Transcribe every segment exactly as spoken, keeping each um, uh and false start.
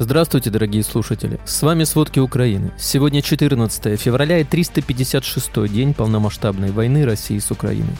Здравствуйте, дорогие слушатели! С вами «Сводки Украины». Сегодня четырнадцатое февраля и триста пятьдесят шестой день полномасштабной войны России с Украиной.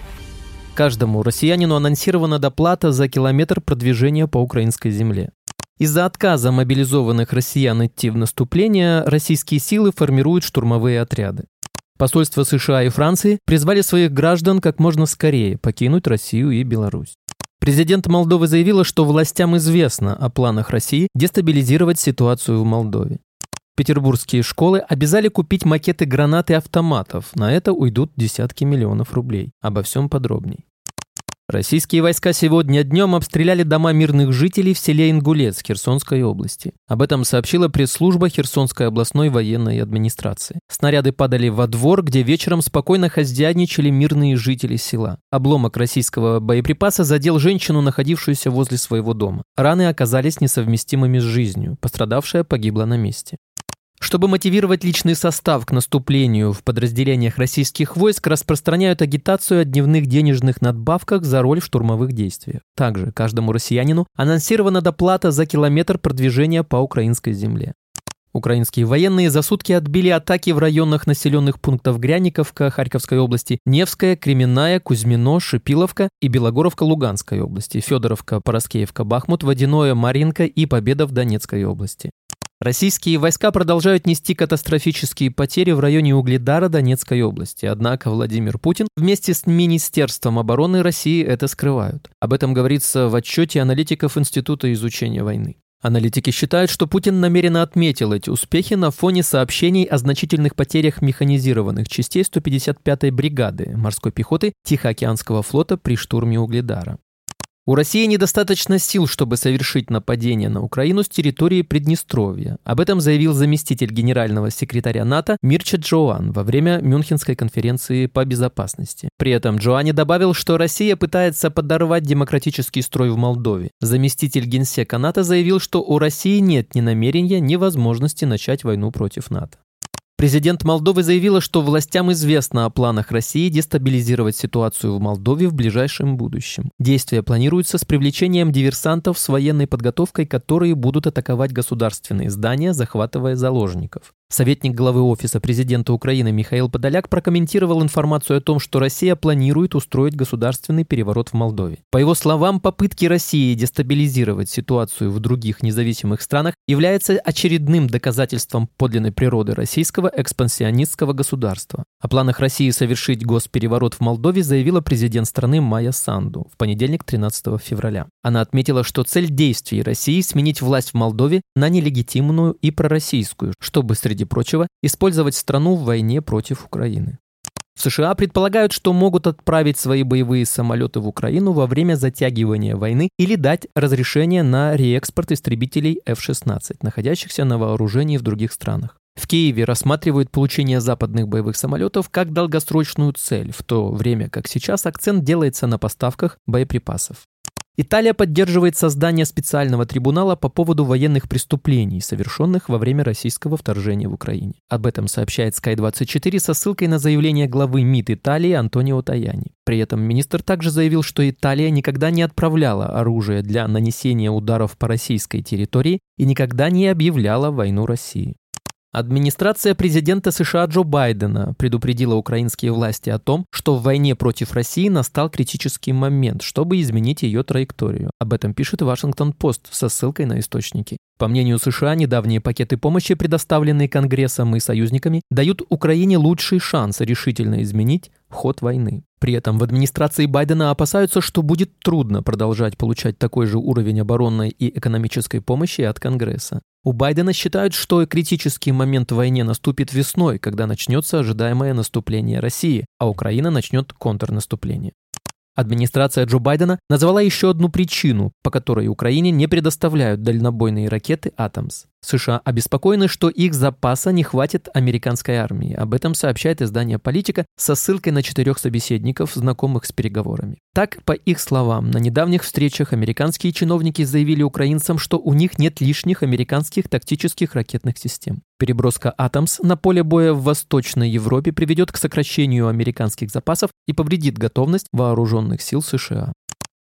Каждому россиянину анонсирована доплата за километр продвижения по украинской земле. Из-за отказа мобилизованных россиян идти в наступление, российские силы формируют штурмовые отряды. Посольства США и Франции призвали своих граждан как можно скорее покинуть Россию и Беларусь. Президент Молдовы заявила, что властям известно о планах России дестабилизировать ситуацию в Молдове. Петербургские школы обязали купить макеты гранат и автоматов. На это уйдут десятки миллионов рублей. Обо всем подробней. Российские войска сегодня днем обстреляли дома мирных жителей в селе Ингулец Херсонской области. Об этом сообщила пресс-служба Херсонской областной военной администрации. Снаряды падали во двор, где вечером спокойно хозяйничали мирные жители села. Обломок российского боеприпаса задел женщину, находившуюся возле своего дома. Раны оказались несовместимыми с жизнью. Пострадавшая погибла на месте. Чтобы мотивировать личный состав к наступлению, в подразделениях российских войск распространяют агитацию о дневных денежных надбавках за роль в штурмовых действиях. Также каждому россиянину анонсирована доплата за километр продвижения по украинской земле. Украинские военные за сутки отбили атаки в районах населенных пунктов Гряниковка Харьковской области, Невская, Кременная, Кузьмино, Шипиловка и Белогоровка Луганской области, Федоровка, Пороскеевка, Бахмут, Водяное, Марьинка и Победа в Донецкой области. Российские войска продолжают нести катастрофические потери в районе Угледара Донецкой области, однако Владимир Путин вместе с Министерством обороны России это скрывают. Об этом говорится в отчете аналитиков Института изучения войны. Аналитики считают, что Путин намеренно отметил эти успехи на фоне сообщений о значительных потерях механизированных частей сто пятьдесят пятой бригады морской пехоты Тихоокеанского флота при штурме Угледара. У России недостаточно сил, чтобы совершить нападение на Украину с территории Приднестровья. Об этом заявил заместитель генерального секретаря НАТО Мирча Джоан во время Мюнхенской конференции по безопасности. При этом Джоани добавил, что Россия пытается подорвать демократический строй в Молдове. Заместитель генсека НАТО заявил, что у России нет ни намерения, ни возможности начать войну против НАТО. Президент Молдовы заявила, что властям известно о планах России дестабилизировать ситуацию в Молдове в ближайшем будущем. Действия планируются с привлечением диверсантов с военной подготовкой, которые будут атаковать государственные здания, захватывая заложников. Советник главы Офиса президента Украины Михаил Подоляк прокомментировал информацию о том, что Россия планирует устроить государственный переворот в Молдове. По его словам, попытки России дестабилизировать ситуацию в других независимых странах являются очередным доказательством подлинной природы российского экспансионистского государства. О планах России совершить госпереворот в Молдове заявила президент страны Майя Санду в понедельник, тринадцатого февраля. Она отметила, что цель действий России – сменить власть в Молдове на нелегитимную и пророссийскую, чтобы, среди прочего, использовать страну в войне против Украины. В США предполагают, что могут отправить свои боевые самолеты в Украину во время затягивания войны или дать разрешение на реэкспорт истребителей эф шестнадцать, находящихся на вооружении в других странах. В Киеве рассматривают получение западных боевых самолетов как долгосрочную цель, в то время как сейчас акцент делается на поставках боеприпасов. Италия поддерживает создание специального трибунала по поводу военных преступлений, совершенных во время российского вторжения в Украине. Об этом сообщает скай двадцать четыре со ссылкой на заявление главы МИД Италии Антонио Таяни. При этом министр также заявил, что Италия никогда не отправляла оружие для нанесения ударов по российской территории и никогда не объявляла войну России. Администрация президента США Джо Байдена предупредила украинские власти о том, что в войне против России настал критический момент, чтобы изменить ее траекторию. Об этом пишет Вашингтон-Пост со ссылкой на источники. По мнению США, недавние пакеты помощи, предоставленные Конгрессом и союзниками, дают Украине лучший шанс решительно изменить ход войны. При этом в администрации Байдена опасаются, что будет трудно продолжать получать такой же уровень оборонной и экономической помощи от Конгресса. У Байдена считают, что критический момент в войне наступит весной, когда начнется ожидаемое наступление России, а Украина начнет контрнаступление. Администрация Джо Байдена назвала еще одну причину, по которой Украине не предоставляют дальнобойные ракеты «Атомс». США обеспокоены, что их запаса не хватит американской армии. Об этом сообщает издание «Политика» со ссылкой на четырех собеседников, знакомых с переговорами. Так, по их словам, на недавних встречах американские чиновники заявили украинцам, что у них нет лишних американских тактических ракетных систем. Переброска «Атомс» на поле боя в Восточной Европе приведет к сокращению американских запасов и повредит готовность вооруженных сил США.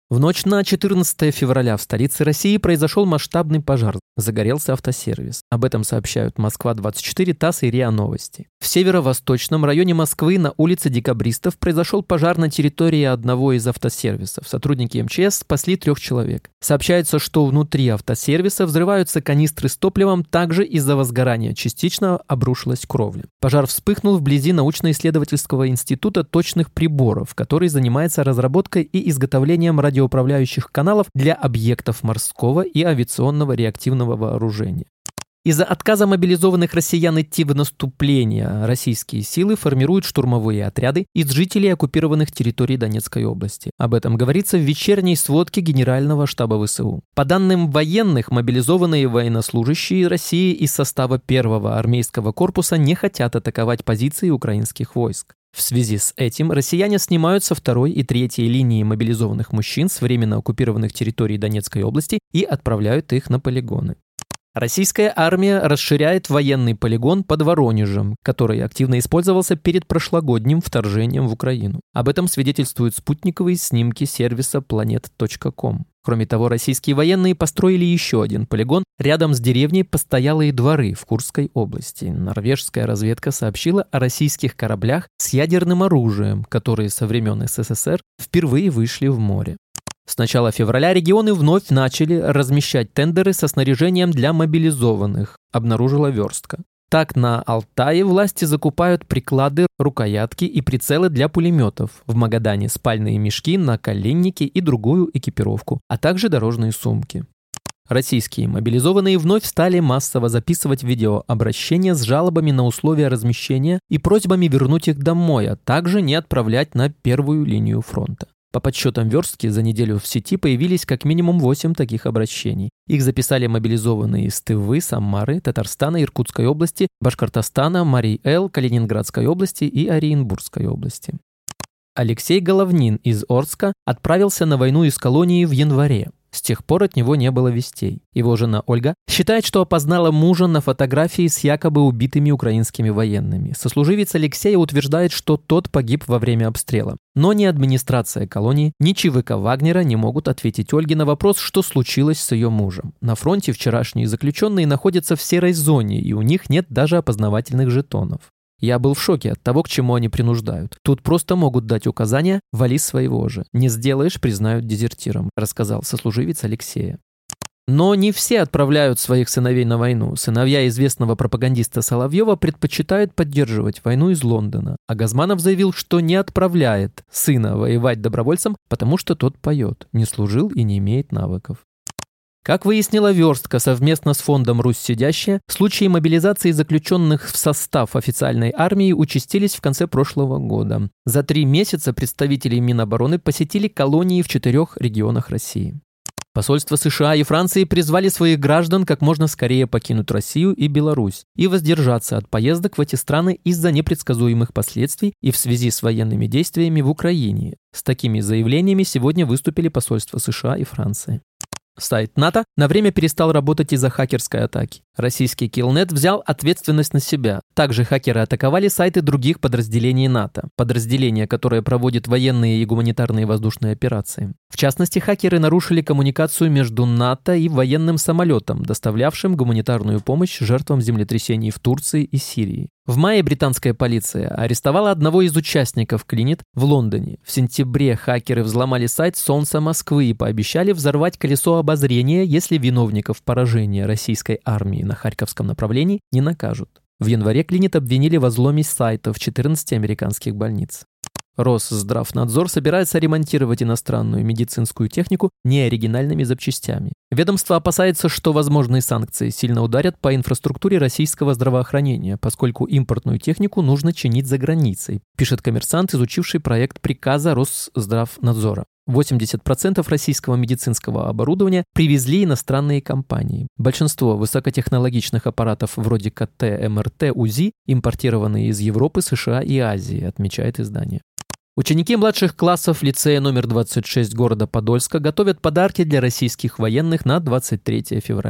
В ночь на четырнадцатое февраля в столице России произошел масштабный пожар. Загорелся автосервис. Об этом сообщают Москва двадцать четыре, ТАСС и РИА Новости. В северо-восточном районе Москвы на улице Декабристов произошел пожар на территории одного из автосервисов. Сотрудники эм че эс спасли трех человек. Сообщается, что внутри автосервиса взрываются канистры с топливом, также из-за возгорания частично обрушилась кровля. Пожар вспыхнул вблизи научно-исследовательского института точных приборов, который занимается разработкой и изготовлением радиоуправляющих каналов для объектов морского и авиационного реактивного вооружения. Из-за отказа мобилизованных россиян идти в наступление российские силы формируют штурмовые отряды из жителей оккупированных территорий Донецкой области. Об этом говорится в вечерней сводке Генерального штаба вэ эс у. По данным военных, мобилизованные военнослужащие России из состава первого армейского корпуса не хотят атаковать позиции украинских войск. В связи с этим россияне снимают со второй и третьей линии мобилизованных мужчин с временно оккупированных территорий Донецкой области и отправляют их на полигоны. Российская армия расширяет военный полигон под Воронежем, который активно использовался перед прошлогодним вторжением в Украину. Об этом свидетельствуют спутниковые снимки сервиса планет точка ком. Кроме того, российские военные построили еще один полигон рядом с деревней Постоялые дворы в Курской области. Норвежская разведка сообщила о российских кораблях с ядерным оружием, которые со времен эс эс эс эр впервые вышли в море. С начала февраля регионы вновь начали размещать тендеры со снаряжением для мобилизованных, обнаружила Верстка. Так, на Алтае власти закупают приклады, рукоятки и прицелы для пулеметов, в Магадане спальные мешки, наколенники и другую экипировку, а также дорожные сумки. Российские мобилизованные вновь стали массово записывать видеообращения с жалобами на условия размещения и просьбами вернуть их домой, а также не отправлять на первую линию фронта. По подсчетам Верстки, за неделю в сети появились как минимум восемь таких обращений. Их записали мобилизованные из Тывы, Самары, Татарстана, Иркутской области, Башкортостана, Марий-Эл, Калининградской области и Оренбургской области. Алексей Головнин из Орска отправился на войну из колонии в январе. С тех пор от него не было вестей. Его жена Ольга считает, что опознала мужа на фотографии с якобы убитыми украинскими военными. Сослуживец Алексея утверждает, что тот погиб во время обстрела. Но ни администрация колонии, ни ЧВК Вагнера не могут ответить Ольге на вопрос, что случилось с ее мужем. На фронте вчерашние заключенные находятся в серой зоне, и у них нет даже опознавательных жетонов. Я был в шоке от того, к чему они принуждают. Тут просто могут дать указания «вали своего же». Не сделаешь, признают дезертиром, рассказал сослуживец Алексея. Но не все отправляют своих сыновей на войну. Сыновья известного пропагандиста Соловьева предпочитают поддерживать войну из Лондона. А Газманов заявил, что не отправляет сына воевать добровольцем, потому что тот поет, не служил и не имеет навыков. Как выяснила Верстка совместно с фондом «Русь сидящая», случаи мобилизации заключенных в состав официальной армии участились в конце прошлого года. За три месяца представители Минобороны посетили колонии в четырех регионах России. Посольства США и Франции призвали своих граждан как можно скорее покинуть Россию и Беларусь и воздержаться от поездок в эти страны из-за непредсказуемых последствий и в связи с военными действиями в Украине. С такими заявлениями сегодня выступили посольства США и Франции. Сайт НАТО на время перестал работать из-за хакерской атаки. Российский Killnet взял ответственность на себя. Также хакеры атаковали сайты других подразделений НАТО, подразделения, которые проводят военные и гуманитарные воздушные операции. В частности, хакеры нарушили коммуникацию между НАТО и военным самолетом, доставлявшим гуманитарную помощь жертвам землетрясений в Турции и Сирии. В мае британская полиция арестовала одного из участников Killnet в Лондоне. В сентябре хакеры взломали сайт «Солнца Москвы» и пообещали взорвать колесо обозрения, если виновников поражения российской армии на Харьковском направлении не накажут. В январе Killnet обвинили во взломе сайтов четырнадцати американских больниц. Росздравнадзор собирается ремонтировать иностранную медицинскую технику неоригинальными запчастями. Ведомство опасается, что возможные санкции сильно ударят по инфраструктуре российского здравоохранения, поскольку импортную технику нужно чинить за границей, пишет «Коммерсант», изучивший проект приказа Росздравнадзора. восемьдесят процентов российского медицинского оборудования привезли иностранные компании. Большинство высокотехнологичных аппаратов вроде ка тэ, эм эр тэ, УЗИ импортированные из Европы, США и Азии, отмечает издание. Ученики младших классов лицея номер двадцать шесть города Подольска готовят подарки для российских военных на двадцать третье февраля.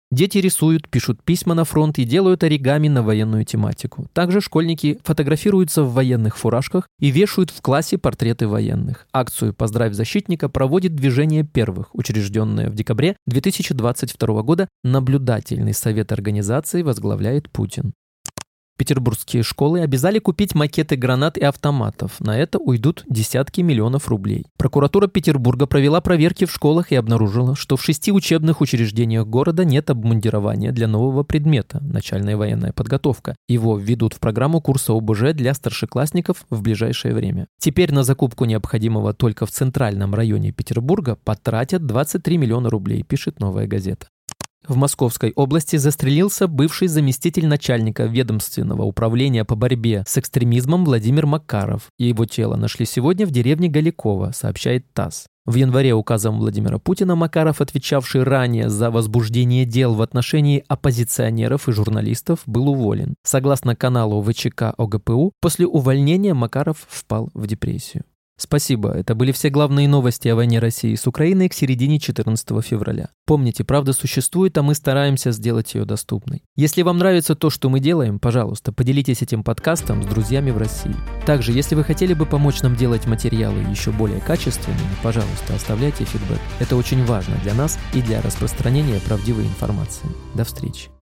Дети рисуют, пишут письма на фронт и делают оригами на военную тематику. Также школьники фотографируются в военных фуражках и вешают в классе портреты военных. Акцию «Поздравь защитника» проводит движение первых, учрежденное в декабре две тысячи двадцать второго года. Наблюдательный совет организации возглавляет Путин. Петербургские школы обязали купить макеты гранат и автоматов. На это уйдут десятки миллионов рублей. Прокуратура Петербурга провела проверки в школах и обнаружила, что в шести учебных учреждениях города нет обмундирования для нового предмета – начальная военная подготовка. Его введут в программу курса о бэ жэ для старшеклассников в ближайшее время. Теперь на закупку необходимого только в центральном районе Петербурга потратят двадцать три миллиона рублей, пишет «Новая газета». В Московской области застрелился бывший заместитель начальника ведомственного управления по борьбе с экстремизмом Владимир Макаров. И его тело нашли сегодня в деревне Галиково, сообщает ТАСС. В январе указом Владимира Путина Макаров, отвечавший ранее за возбуждение дел в отношении оппозиционеров и журналистов, был уволен. Согласно каналу вэ че ка о гэ пэ у, после увольнения Макаров впал в депрессию. Спасибо, это были все главные новости о войне России с Украиной к середине четырнадцатого февраля. Помните, правда существует, а мы стараемся сделать ее доступной. Если вам нравится то, что мы делаем, пожалуйста, поделитесь этим подкастом с друзьями в России. Также, если вы хотели бы помочь нам делать материалы еще более качественными, пожалуйста, оставляйте фидбэк. Это очень важно для нас и для распространения правдивой информации. До встречи.